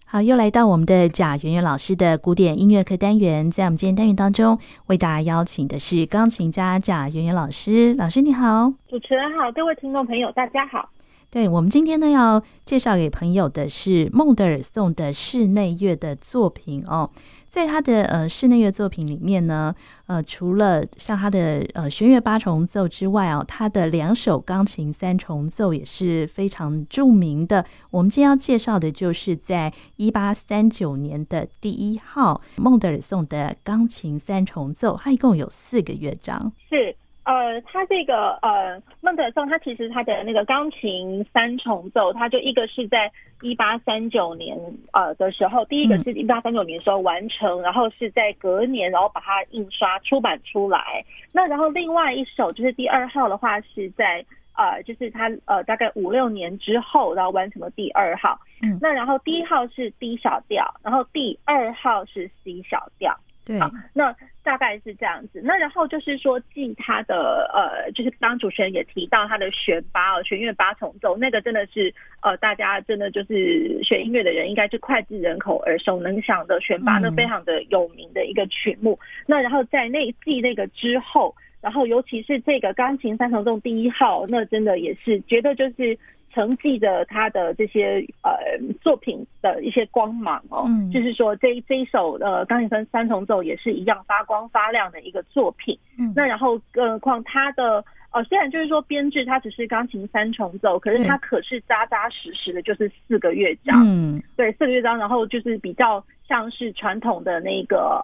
好，又来到我们的贾圆圆老师的古典音乐课单元。在我们今天单元当中，为大家邀请的是钢琴家贾圆圆老师。老师你好。 主持人好，各位听众朋友大家好。 对，我们今天呢要介绍给朋友的是孟德尔颂的室内乐的作品哦。在他的室内乐作品里面呢，除了像他的弦乐八重奏之外哦，他的2首钢琴3重奏也是非常著名的。我们今天要介绍的就是在1839年的第1号孟德尔颂的钢琴3重奏，它一共有4个乐章。 是。他这个孟德尔颂，他其实他的那个钢琴3重奏，他就一个是在1839年的时候，第一个是1839年的时候完成，然后是在隔年，然后把它印刷出版出来。那然后另外一首就是第2号的话是在就是他大概5-6年之后，然后完成了第2号。那然后第1号是 D 小调，然后第2号是 C 小调。 对， 那大概是这样子。那然后就是说，继他的就是刚刚主持人也提到他的弦乐8重奏，那个真的是大家真的就是学音乐的人应该是脍炙人口、耳熟能详的弦8，那非常的有名的一个曲目。那然后在继那个之后，然后尤其是这个钢琴3重奏第1号，那真的也是觉得就是承继着他的这些作品的一些光芒哦，就是说这一首钢琴3重奏也是一样发光发亮的一个作品。那然后更何况他的虽然就是说编制它只是钢琴3重奏，可是它可是扎扎实实的就是4个乐章。对，4个乐章，然后就是比较像是传统的那个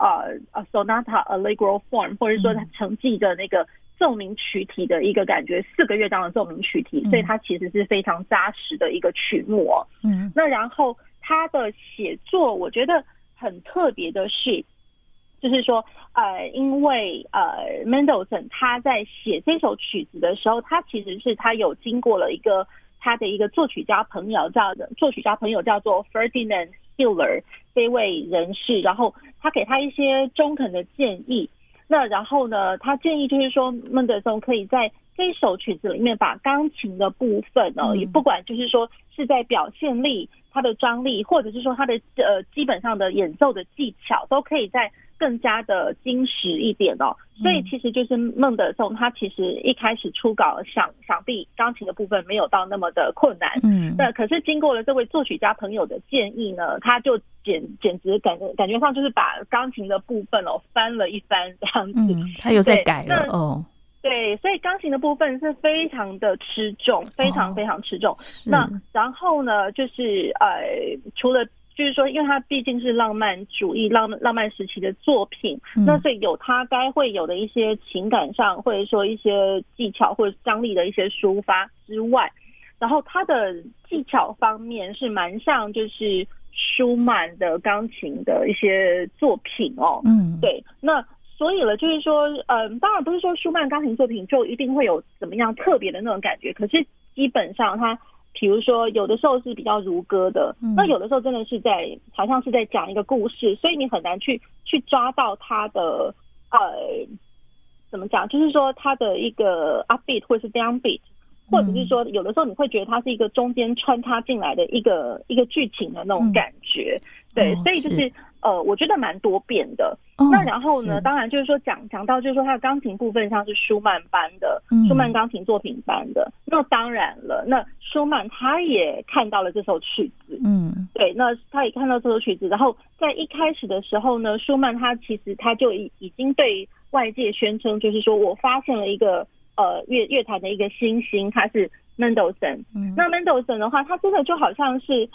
sonata allegro form， 或者说它承继的那个奏鸣曲体的一个感觉，4个乐章的奏鸣曲体，所以它其实是非常扎实的一个曲目哦。那然后他的写作，我觉得很特别的是，就是说因为Mendelssohn 他在写这首曲子的时候，他其实是他有经过了他的一个作曲家朋友叫做 Ferdinand Hiller 这位人士，然后他给他一些中肯的建议。那然后呢，他建议就是说，孟德尔颂可以在这一首曲子里面把钢琴的部分也不管就是说是在表现力、它的张力，或者是说它的基本上的演奏的技巧，都可以再更加的精实一点哦。所以其实就是孟德尔颂他其实一开始初稿想必钢琴的部分没有到那么的困难。那可是经过了这位作曲家朋友的建议呢，他就简直感觉上就是把钢琴的部分翻了一番这样子。 他又在改了哦。 对，所以钢琴的部分是非常的吃重，非常非常吃重。那然后呢，就是除了就是说，因为它毕竟是浪漫主义、浪漫时期的作品，那所以有它该会有的一些情感上，或者说一些技巧或者张力的一些抒发之外，然后它的技巧方面是蛮像就是舒曼的钢琴的一些作品哦。对，那所以了，就是说，当然不是说舒曼钢琴作品就一定会有怎么样特别的那种感觉，可是基本上它，比如说有的时候是比较如歌的，那有的时候真的是好像是在讲一个故事，所以你很难去抓到它的怎么讲，就是说它的一个 upbeat 或者是 downbeat， 或者是说有的时候你会觉得它是一个中间穿插进来的一个剧情的那种感觉。对，所以就是我觉得蛮多变的。那然后呢，当然就是说讲到就是说它的钢琴部分像是舒曼班的，舒曼钢琴作品班的。那当然了，那舒曼他也看到了这首曲子。对，那他也看到这首曲子，然后在一开始的时候呢，舒曼他其实他就已经对外界宣称，就是说我发现了一个乐坛的一个新星，他是 Mendelssohn。那 Mendelssohn 的话，他真的就好像是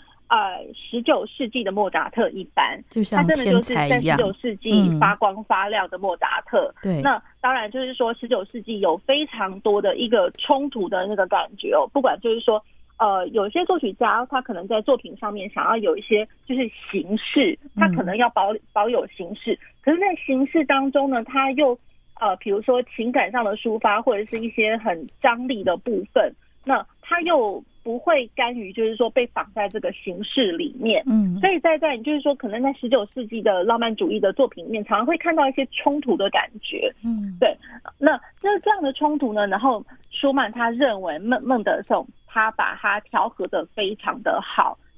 19世纪的莫扎特一般， 就像天才一样， 他真的就是在19世纪发光发亮的莫扎特。对，那当然就是说19世纪有非常多的一个冲突的那个感觉哦，不管就是说有些作曲家他可能在作品上面想要有一些就是形式，他可能要保有形式，可是在形式当中呢，他又比如说情感上的抒发或者是一些很张力的部分，那他又不会甘于就是说被绑在这个形式里面。所以在就是说可能在19世纪的浪漫主义的作品里面常常会看到一些冲突的感觉。对，那这样的冲突呢，然后舒曼他认为孟德尔颂他把它调和的非常的好，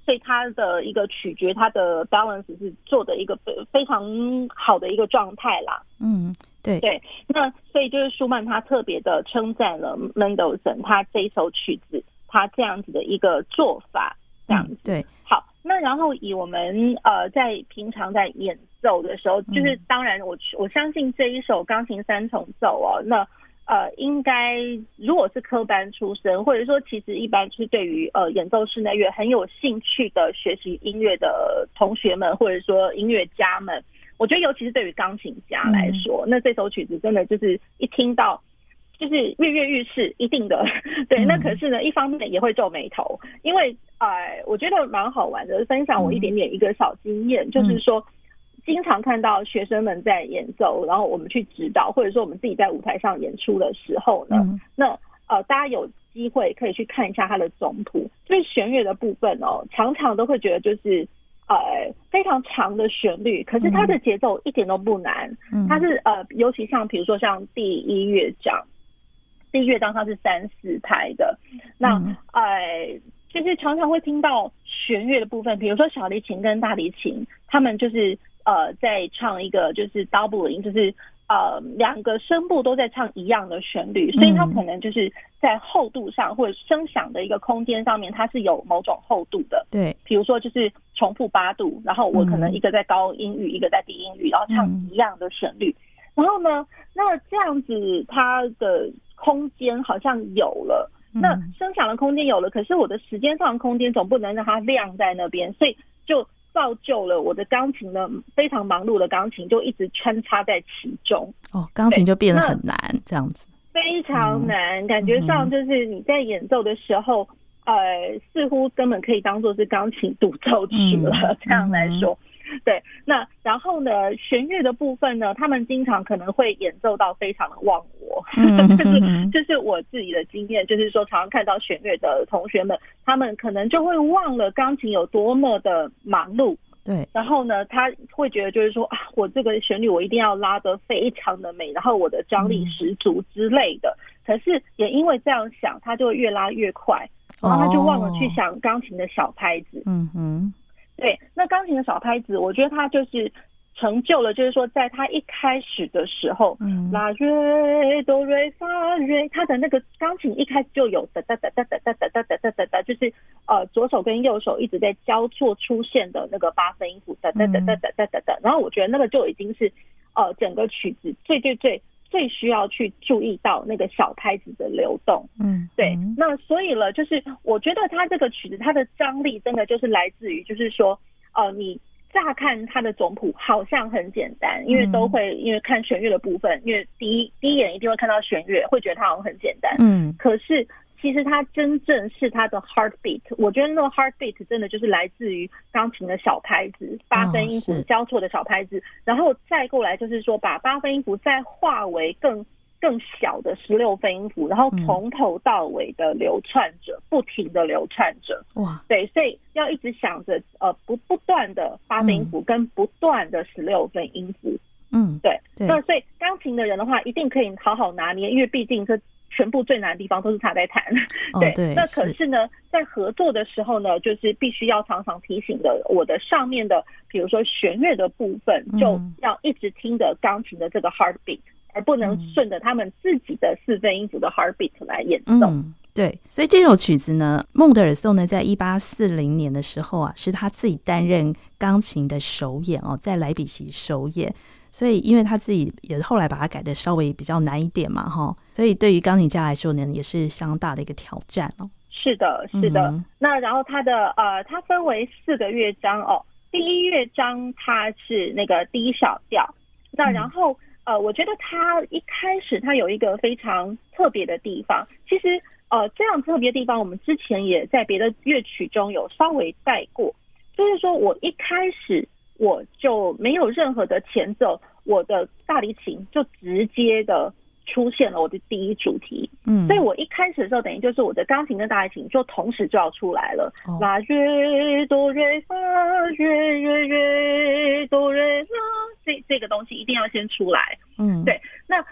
所以它的一个取决，它的 balance 是做的一个非常好的一个状态啦。 对， 那所以就是舒曼他特别的称赞了 Mendelssohn 他这一首曲子他这样子的一个做法，这样子。 对， 好，那然后以我们在平常在演奏的时候，就是当然我相信这一首钢琴三重奏哦，那应该如果是科班出身，或者说其实一般是对于演奏室内乐很有兴趣的学习音乐的同学们，或者说音乐家们，我觉得尤其是对于钢琴家来说，那这首曲子真的就是一听到就是跃跃欲试，一定的。对，那可是呢，一方面也会皱眉头，因为我觉得蛮好玩的，分享我一点点一个小经验，就是说经常看到学生们在演奏，然后我们去指导，或者说我们自己在舞台上演出的时候呢，那大家有机会可以去看一下它的总谱，就是弦乐的部分哦，常常都会觉得就是非常长的旋律，可是它的节奏一点都不难，它是尤其像比如说像第一乐章它是3/4拍的，那就是常常会听到弦乐的部分，比如说小提琴跟大提琴，他们就是在唱一个就是 doubling， 就是两个声部都在唱一样的旋律，所以它可能就是在厚度上或者声响的一个空间上面，它是有某种厚度的。对，比如说就是重复8度，然后我可能一个在高音域，一个在低音域，然后唱一样的旋律。然后呢，那这样子它的空间好像有了。那声响的空间有了，可是我的时间上的空间总不能让它晾在那边，所以就造就了我的钢琴呢，非常忙碌的钢琴就一直穿插在其中。 钢琴就变得很难，这样子非常难，感觉上就是你在演奏的时候，似乎根本可以当作是钢琴独奏曲了，这样来说。对，那然后呢，弦乐的部分呢，他们经常可能会演奏到非常的忘我，就是我自己的经验，就是说常常看到弦乐的同学们，他们可能就会忘了钢琴有多么的忙碌。对，然后呢，他会觉得就是说我这个旋律我一定要拉得非常的美，然后我的张力十足之类的。可是也因为这样想，他就会越拉越快，然后他就忘了去想钢琴的小拍子。对，那钢琴的小拍子，我觉得它就是成就了，就是说在它一开始的时候，拉瑞哆瑞发瑞，它的那个钢琴一开始就有哒哒哒哒哒哒哒哒哒哒哒，就是左手跟右手一直在交错出现的那个8分音符哒哒哒哒哒哒哒哒，然后我觉得那个就已经是整个曲子最需要去注意到那个小拍子的流动。对，那所以了，就是我觉得它这个曲子它的张力真的就是来自于，就是说你乍看它的总谱好像很简单，因为因为看弦乐的部分，因为第一眼一定会看到弦乐，会觉得它好像很简单。可是其实它真正是它的 heartbeat， 我觉得那个 heartbeat 真的就是来自于钢琴的小拍子，8分音符交错的小拍子，然后再过来就是说把8分音符再化为更小的16分音符，然后从头到尾的流窜着，不停的流窜着。哇，对，所以要一直想着不断的8分音符跟不断的16分音符。对，那所以钢琴的人的话，一定可以好好拿捏，因为毕竟这全部最难的地方都是他在弹。对，那可是呢，在合作的时候呢，就是必须要常常提醒的，我的上面的，比如说弦乐的部分，就要一直听着钢琴的这个 heartbeat，而不能顺着他们自己的4分音符的 heartbeat 来演奏。 对，所以这首曲子呢，孟德尔颂呢，在1840年的时候是他自己担任钢琴的首演在莱比锡首演。所以因为他自己也后来把它改的稍微比较难一点嘛，所以对于钢琴家来说呢，也是相当大的一个挑战。 是的，是的。那然后它分为4个乐章第一乐章它是那个 D 小调，那然后我觉得它一开始它有一个非常特别的地方，其实这样特别的地方我们之前也在别的乐曲中有稍微带过，就是说我一开始我就没有任何的前奏，我的大提琴就直接的出现了我的第一主题。所以我一开始的时候等于就是我的钢琴跟大提琴就同时就要出来了。拉瑞哆瑞发瑞瑞瑞哆瑞拉，这个东西一定要先出来。对，那这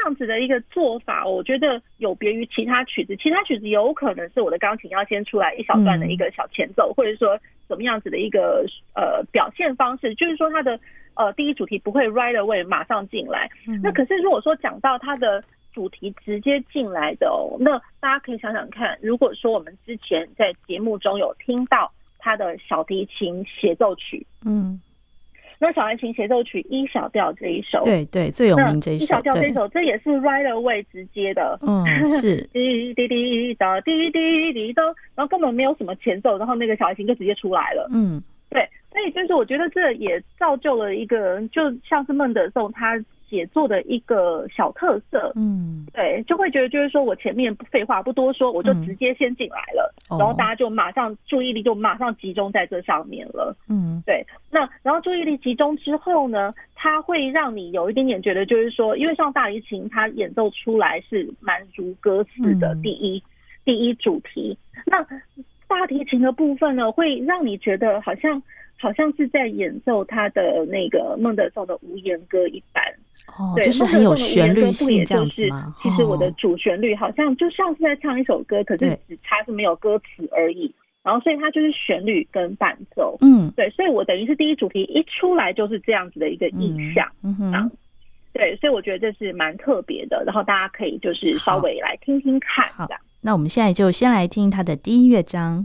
样子的一个做法，我觉得有别于其他曲子。其他曲子有可能是我的钢琴要先出来一小段的一个小前奏，或者说怎么样子的一个表现方式，就是说它的第一主题不会 right away 马上进来。那可是如果说讲到它的主题直接进来的那大家可以想想看，如果说我们之前在节目中有听到它的小提琴协奏曲，那小提琴协奏曲一小调这一首， 对对，最有名这一首， 一小调这一首，这也是 right away 直接的， 是滴滴滴哒滴滴滴咚，然后根本没有什么前奏，然后那个小提琴就直接出来了，对，所以就是我觉得这也造就了一个，就像是孟德松他写作的一个小特色，对，就会觉得就是说我前面废话不多说，我就直接先进来了，然后大家就马上注意力就马上集中在这上面了，对，那然后注意力集中之后呢，它会让你有一点点觉得就是说，因为像大提琴它演奏出来是蛮如歌词的第一主题，那大提琴的部分呢，会让你觉得好像是在演奏他的那个孟德松的无言歌一般，对， 就是很有旋律性这样子吗？ 其实我的主旋律好像就像是在唱一首歌，可是只差是没有歌词而已。然后所以它就是旋律跟伴奏，对，所以我等于是第一主题一出来就是这样子的一个意象，对，所以我觉得这是蛮特别的，然后大家可以就是稍微来听听看。好， 那我们现在就先来听它的第一乐章。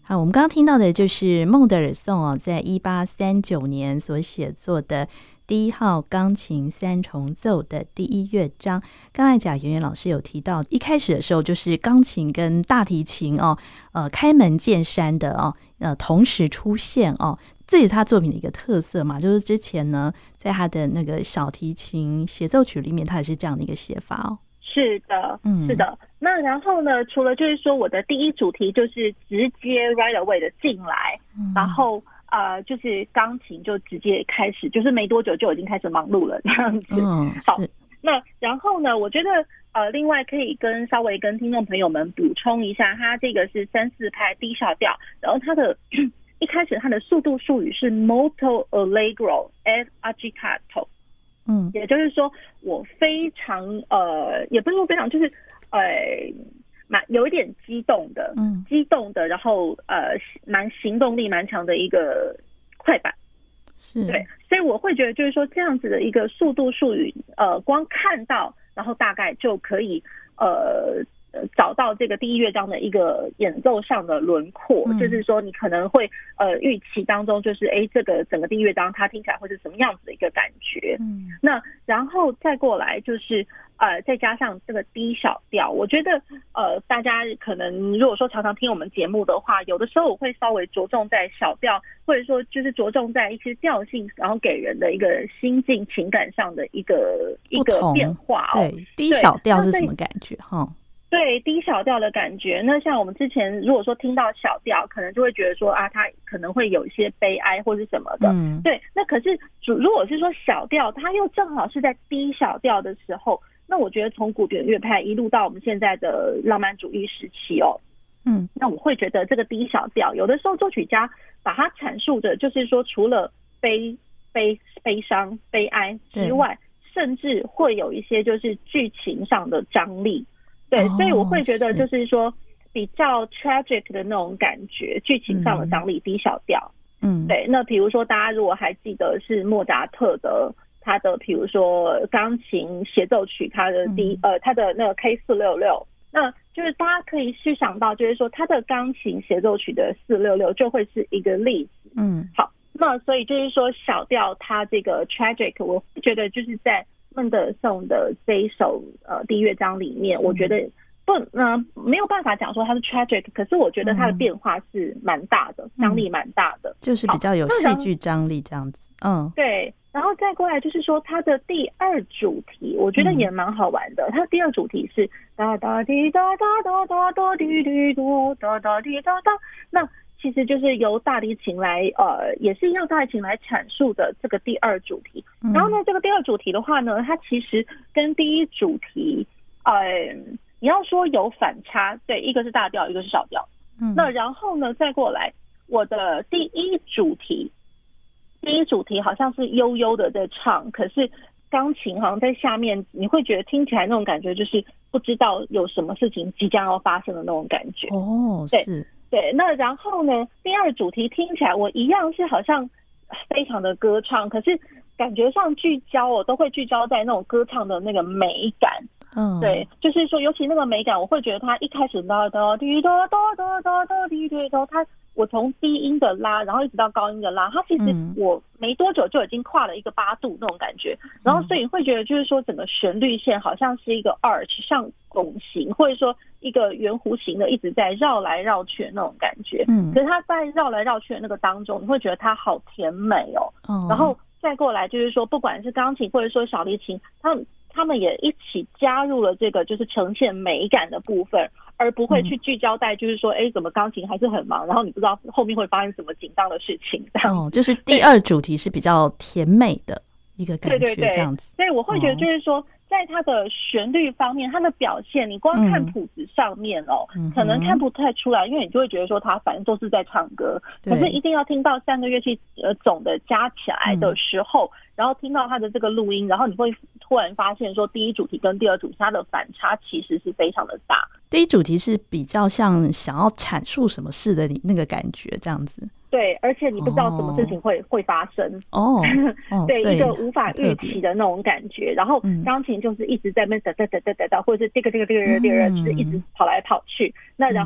好，我们刚刚听到的就是孟德尔颂哦，在1839年所写作的第1号钢琴三重奏的第1乐章。刚才贾圆圆老师有提到，一开始的时候就是钢琴跟大提琴哦，开门见山的哦，同时出现哦，这也是他作品的一个特色嘛。就是之前呢，在他的那个小提琴协奏曲里面，他也是这样的一个写法哦。 是的，是的。那然后呢，除了就是说我的第一主题就是直接 right away 的进来，然后就是钢琴就直接开始，就是没多久就已经开始忙碌了这样子。好，那然后呢，我觉得另外可以稍微跟听众朋友们补充一下，它这个是3/4拍 D 小调，然后它的一开始它的速度术语是 molto allegro e agitato。也就是说我非常也不是说非常，就是有一点激动的，然后蛮行动力蛮强的一个快板，是对，所以我会觉得就是说这样子的一个速度术语，光看到然后大概就可以找到这个第1乐章的一个演奏上的轮廓，就是说你可能会预期当中就是这个整个第1乐章它听起来会是什么样子的一个感觉。那然后再过来就是再加上这个 D 小调，我觉得大家可能如果说常常听我们节目的话，有的时候我会稍微着重在小调，或者说就是着重在一些调性，然后给人的一个心境情感上的一个变化哦。 对， D 小调是什么感觉哈？ 对，低小调的感觉。那像我们之前如果说听到小调，可能就会觉得说它可能会有一些悲哀或是什么的。对。那可是如果是说小调，它又正好是在低小调的时候，那我觉得从古典乐派一路到我们现在的浪漫主义时期哦，那我会觉得这个低小调，有的时候作曲家把它阐述的，就是说除了悲伤、悲哀之外，甚至会有一些就是剧情上的张力。对，所以我会觉得就是说比较 tragic 的那种感觉，剧情上的张力，低小调。对。那比如说大家如果还记得是莫扎特的他的比如说钢琴协奏曲，他的他的那个 K466，那就是大家可以去想到，就是说他的钢琴协奏曲的466就会是一个例子。好，那所以就是说小调它这个 tragic， 我觉得就是在孟德尔颂的这一首第1乐章里面，我觉得没有办法讲说它是 tragic， 可是我觉得它的变化是蛮大的，张力蛮大的， 就是比较有戏剧张力这样子。 对。然后再过来就是说它的第2主题，我觉得也蛮好玩的。它的第2主题是哒哒滴哒哒哒哒哒滴滴哆哒哒滴哒哒，那其实就是由大提琴来也是一样大提琴来阐述的这个第2主题。然后呢，这个第2主题的话呢，它其实跟第1主题你要说有反差，对，一个是大调，一个是小调。那然后呢再过来我的第1主题好像是悠悠的在唱，可是钢琴好像在下面，你会觉得听起来那种感觉就是不知道有什么事情即将要发生的那种感觉。对，是。对，那然后呢，第2主题听起来我一样是好像非常的歌唱，可是感觉上聚焦我都会聚焦在那种歌唱的那个美感。对，就是说尤其那个美感，我会觉得它一开始哒哒滴哒哒哒哒哒滴滴哒，我从低音的拉，然后一直到高音的拉，它其实我没多久就已经跨了一个8度那种感觉，然后所以会觉得就是说整个旋律线好像是一个 arch， 像拱形或者说一个圆弧形的一直在绕来绕去的那种感觉。可是它在绕来绕去的那个当中，你会觉得它好甜美哦。然后再过来就是说，不管是钢琴或者说小提琴，他们也一起加入了这个就是呈现美感的部分，而不会去聚焦在就是说怎么钢琴还是很忙，然后你不知道后面会发生什么紧张的事情这样。 就是第2主题是比较甜美的一个感觉。 对这样子。 所以我会觉得就是说在它的旋律方面，它的表现你光看谱子上面可能看不太出来，因为你就会觉得说它反正都是在唱歌，可是一定要听到3个乐器总的加起来的时候，然后听到它的这个录音，然后你会突然发现说第1主题跟第2主题它的反差其实是非常的大。 第1主题是比较像想要阐述什么事的你那个感觉这样子。 对，而且你不知道什么事情会发生。对，一个无法预期的那种感觉。然后钢琴就是一直在那哒哒哒哒哒哒，或者是这个就是一直跑来跑去。那然后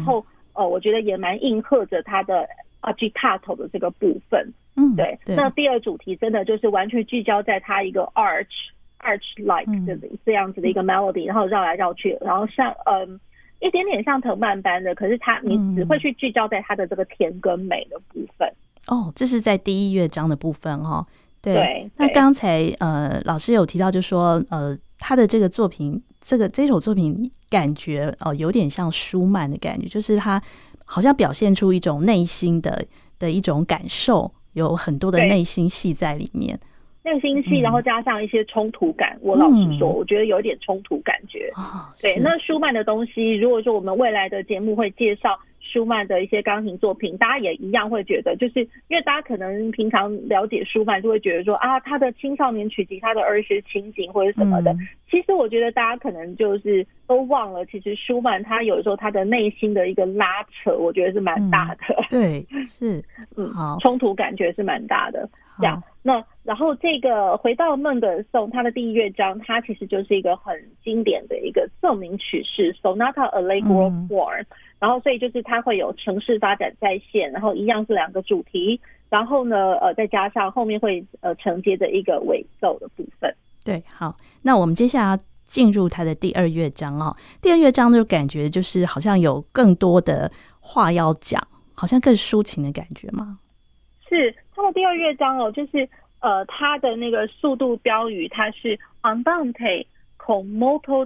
我觉得也蛮应和着他的agitato 的这个部分。对。那第二主题真的就是完全聚焦在他一个 arch-like 的这样子的一个 melody，然后绕来绕去，然后像一点点像藤蔓般的，可是你只会去聚焦在他的这个甜跟美的部分。 这是在第1乐章的部分哦。对。那刚才老师有提到，就说他的这个作品，这首作品感觉有点像舒曼的感觉，就是他好像表现出一种内心的一种感受，有很多的内心戏在里面。 内心戏，然后加上一些冲突感。我老实说，我觉得有点冲突感觉。对，那舒曼的东西，如果说我们未来的节目会介绍舒曼的一些钢琴作品，大家也一样会觉得，就是因为大家可能平常了解舒曼，就会觉得说他的青少年曲集，他的儿时情景或者什么的。其实我觉得大家可能就是都忘了，其实舒曼他有时候他的内心的一个拉扯，我觉得是蛮大的。 对，是，好， 冲突感觉是蛮大的。这样，那然后这个回到孟德尔颂，他的第1乐章，它其实就是一个很经典的一个奏鸣曲式 Sonata Allegro form。然后所以就是它会有程式发展在线，然后一样是2个主题，然后呢再加上后面会承接着一个尾奏的部分。 对，好，那我们接下来进入它的第2乐章哦。第2乐章就感觉就是好像有更多的话要讲，好像更抒情的感觉吗？ 是，它的第2乐章就是它的那个速度标语，它是 Andante con molto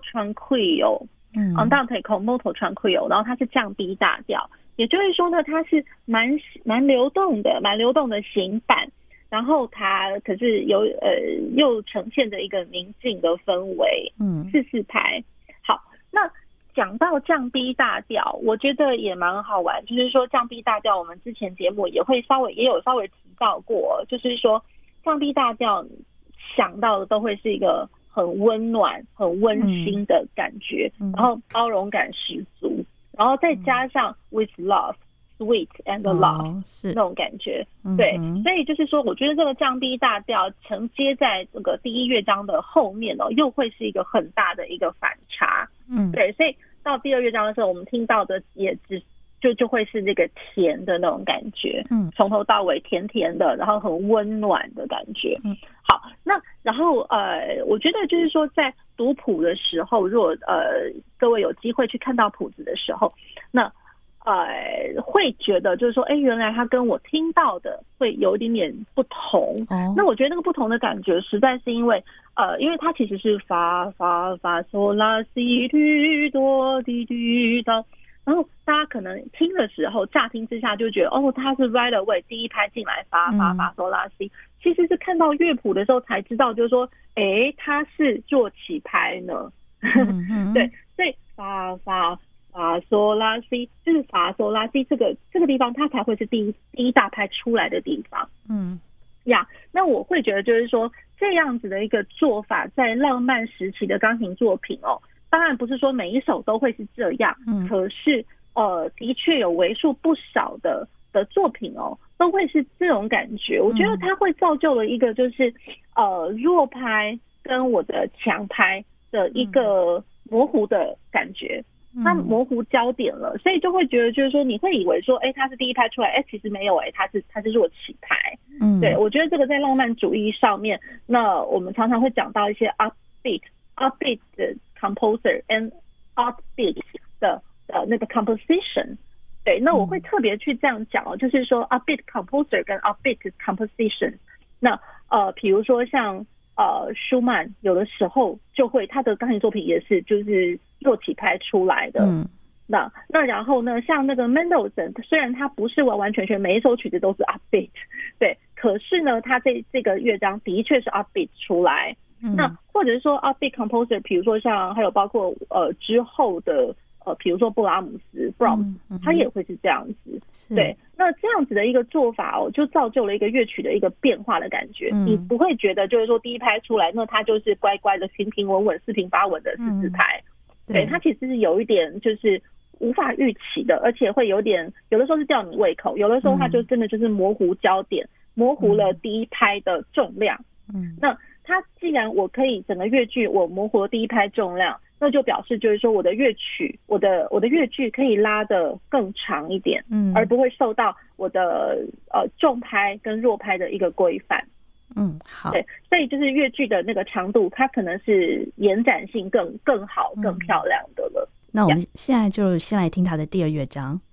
tranquillo。Andante con molto tranquillo， 然后它是降 B 大调，也就是说呢，它是蛮流动的行板，然后它可是又呈现着一个宁静的氛围，4/4拍。好，那讲到降 B 大调，我觉得也蛮好玩，就是说降 B 大调，我们之前节目也有稍微提到过，就是说降 B 大调想到的都会是一个很温暖、很温馨的感觉，然后包容感十足，然后再加上 with love、sweet and love 那种感觉。对，所以就是说，我觉得这个降 B 大调承接在这个第1乐章的后面又会是一个很大的一个反差。对，所以到第2乐章的时候，我们听到的也就会是这个甜的那种感觉，从头到尾甜甜的，然后很温暖的感觉。好，那然后我觉得就是说，在读谱的时候，如果各位有机会去看到谱子的时候，那会觉得就是说，原来它跟我听到的会有一点点不同。那我觉得那个不同的感觉，实在是因为它其实是发嗦拉西哆哆滴滴哆。然后大家可能听的时候，乍听之下就觉得它是 right away 第1拍进来发嗦拉西，其实是看到乐谱的时候才知道，就是说它是做起拍呢。对，所以发嗦拉西，就是发嗦拉西这个地方，它才会是第一大拍出来的地方。那我会觉得就是说，这样子的一个做法，在浪漫时期的钢琴作品当然不是说每一首都会是这样，可是的确有为数不少的作品都会是这种感觉。我觉得它会造就了一个就是弱拍跟我的强拍的一个模糊的感觉，它模糊焦点了，所以就会觉得就是说，你会以为说它是第1拍出来，其实没有它是弱起拍。对，我觉得这个在浪漫主义上面，那我们常常会讲到一些 upbeat 的 composer and upbeat 的那个 composition。对，那我会特别去这样讲就是说 upbeat composer 跟 upbeat composition。那比如说像舒曼有的时候就会他的钢琴作品也是就是弱起拍出来的。那然后呢，像那个 Mendelssohn， 虽然他不是完完全全每一首曲子都是 upbeat， 对，可是呢，他这个乐章的确是 upbeat 出来。那或者是说 upbeat composer， 比如说像还有包括之后的比如说布拉姆斯 Brahms， 他也会是这样子。对，那这样子的一个做法就造就了一个乐曲的一个变化的感觉。你不会觉得就是说第1拍出来，那它就是乖乖的平平稳稳4平8稳的4/4拍。对，它其实是有一点就是无法预期的，而且会有点有的时候是吊你胃口，有的时候它就真的就是模糊焦点，模糊了第1拍的重量。那它既然我可以整个乐句我模糊了第1拍重量， 那就表示就是说我的乐曲，我的乐句可以拉得更长一点，而不会受到我的重拍跟弱拍的一个规范。 好， 对，所以就是乐句的那个长度，它可能是延展性更好、更漂亮的了。 那我们现在就先来听他的第二乐章。